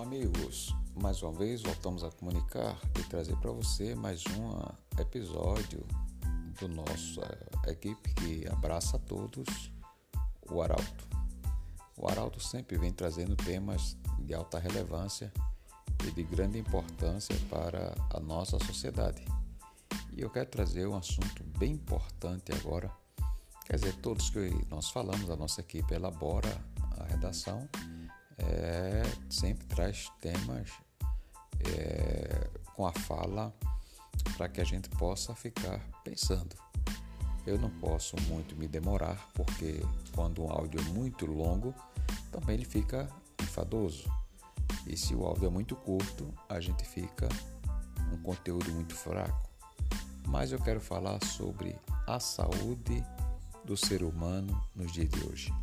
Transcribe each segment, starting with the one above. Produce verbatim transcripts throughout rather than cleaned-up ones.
Olá, amigos. Mais uma vez voltamos a comunicar e trazer para você mais um episódio do nosso é, equipe que abraça a todos, o Arauto. O Arauto sempre vem trazendo temas de alta relevância e de grande importância para a nossa sociedade. E eu quero trazer um assunto bem importante agora. Quer dizer, todos que nós falamos, a nossa equipe elabora a redação, é, sempre traz temas é, com a fala para que a gente possa ficar pensando. Eu não posso muito me demorar, porque quando um áudio é muito longo, também ele fica enfadoso. E se o áudio é muito curto, a gente fica um conteúdo muito fraco. Mas eu quero falar sobre a saúde do ser humano nos dias de hoje.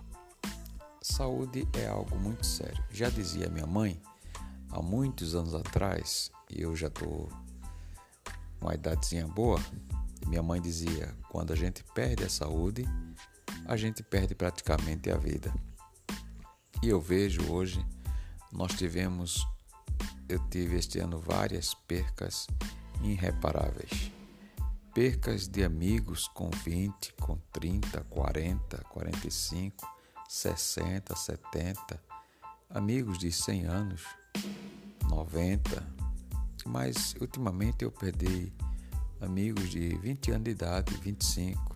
Saúde é algo muito sério. Já dizia minha mãe, há muitos anos atrás, e eu já estou com uma idadezinha boa, e minha mãe dizia, quando a gente perde a saúde, a gente perde praticamente a vida. E eu vejo hoje, nós tivemos, eu tive este ano várias percas irreparáveis. Percas de amigos com vinte, com trinta, quarenta, quarenta e cinco, sessenta, setenta, amigos de cem anos, noventa, mas ultimamente eu perdi amigos de vinte anos de idade, vinte e cinco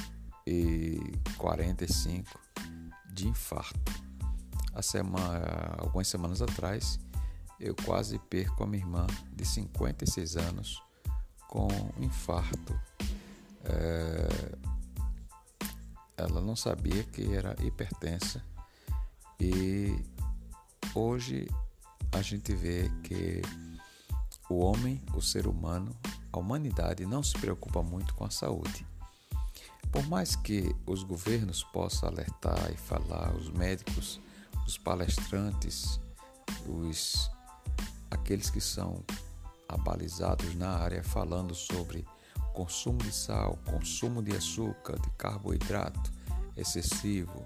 e quarenta e cinco de infarto. Há semana, algumas semanas atrás eu quase perco a minha irmã de cinquenta e seis anos com infarto. É, ela não sabia que era hipertensa e hoje a gente vê que o homem, o ser humano, a humanidade não se preocupa muito com a saúde. Por mais que os governos possam alertar e falar, os médicos, os palestrantes, os, aqueles que são abalizados na área falando sobre consumo de sal, consumo de açúcar, de carboidrato excessivo,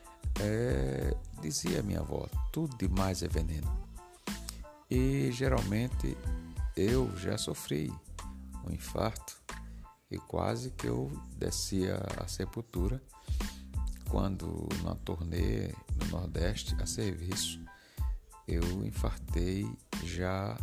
é, dizia minha avó, tudo demais é veneno. E geralmente eu já sofri um infarto e quase que eu descia a sepultura quando na turnê no Nordeste a serviço eu infartei já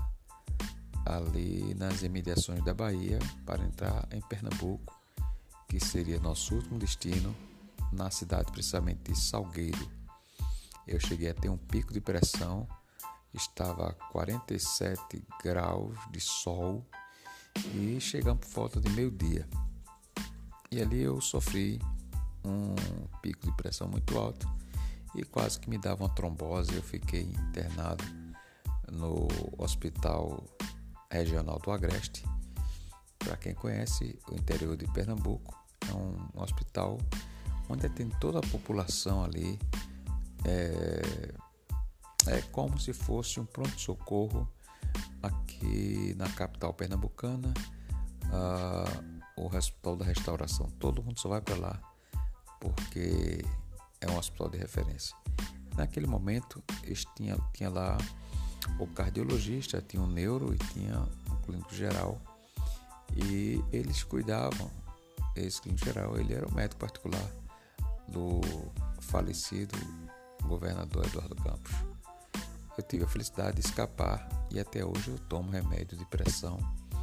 ali nas imediações da Bahia para entrar em Pernambuco, que seria nosso último destino, na cidade precisamente de Salgueiro. Eu cheguei a ter um pico de pressão, estava a quarenta e sete graus de sol e chegamos por volta de meio-dia. E ali eu sofri um pico de pressão muito alto e quase que me dava uma trombose. Eu fiquei internado no hospital regional do Agreste. Para quem conhece o interior de Pernambuco, é um hospital onde tem toda a população ali, é, é como se fosse um pronto-socorro aqui na capital pernambucana, ah, o Hospital da Restauração. Todo mundo só vai para lá porque é um hospital de referência. Naquele momento, tinha, tinha lá o cardiologista, tinha um neuro e tinha um clínico geral, e eles cuidavam. Esse clínico geral, ele era o médico particular do falecido governador Eduardo Campos. Eu tive a felicidade de escapar e até hoje eu tomo remédio de pressão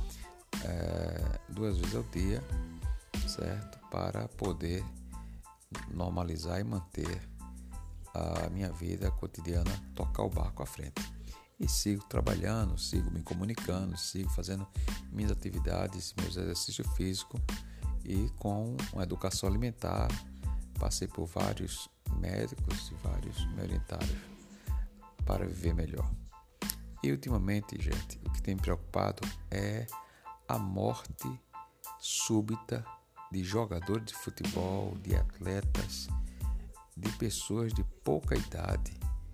é, duas vezes ao dia, certo? Para poder normalizar e manter a minha vida cotidiana, tocar o barco à frente. E sigo trabalhando, sigo me comunicando, sigo fazendo minhas atividades, meus exercícios físicos e com uma educação alimentar. Passei por vários médicos e vários me orientaram para viver melhor. E ultimamente, gente, o que tem me preocupado é a morte súbita de jogadores de futebol, de atletas, de pessoas de pouca idade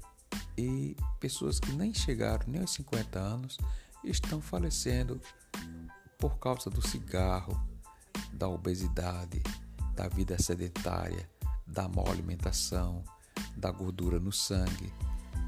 e pessoas que nem chegaram nem aos cinquenta anos estão falecendo por causa do cigarro, da obesidade, da vida sedentária, da má alimentação, da gordura no sangue,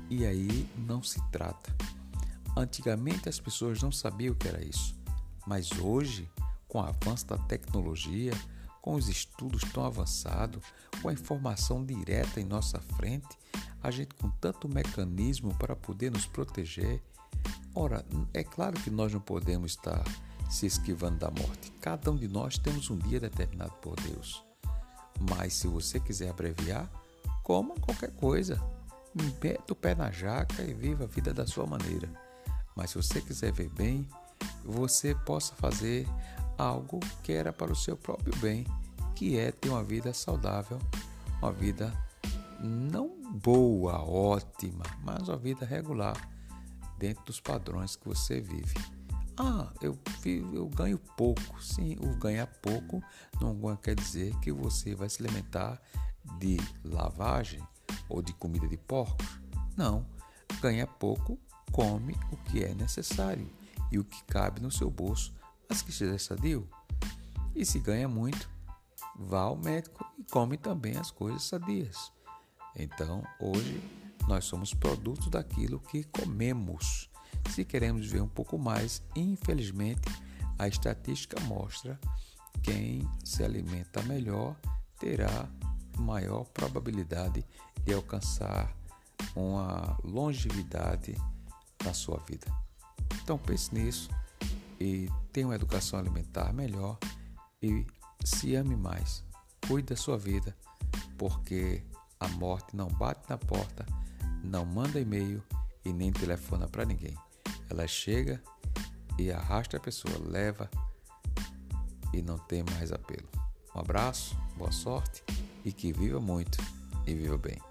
E aí não se trata. Antigamente as pessoas não sabiam o que era isso, mas hoje, com o avanço da tecnologia, com os estudos tão avançados, com a informação direta em nossa frente, a gente com tanto mecanismo para poder nos proteger. Ora, é claro que nós não podemos estar se esquivando da morte. Cada um de nós temos um dia determinado por Deus. Mas se você quiser abreviar, coma qualquer coisa. Meta o pé na jaca e viva a vida da sua maneira. Mas se você quiser ver bem, você possa fazer algo que era para o seu próprio bem, que é ter uma vida saudável, uma vida não boa, ótima, mas uma vida regular, dentro dos padrões que você vive. Ah, eu, eu ganho pouco. Sim, o ganhar pouco não quer dizer que você vai se alimentar de lavagem ou de comida de porcos. Não, ganha pouco, come o que é necessário e o que cabe no seu bolso, mas que seja sadio. E se ganha muito, vá ao médico e come também as coisas sadias. Então, hoje, nós somos produtos daquilo que comemos. Se queremos ver um pouco mais, infelizmente, a estatística mostra que quem se alimenta melhor terá maior probabilidade de alcançar uma longevidade na sua vida. Então pense nisso e tenha uma educação alimentar melhor e se ame mais. Cuide da sua vida, porque a morte não bate na porta, não manda e-mail e nem telefona para ninguém. Ela chega e arrasta a pessoa, leva e não tem mais apelo. Um abraço, boa sorte e que viva muito e viva bem.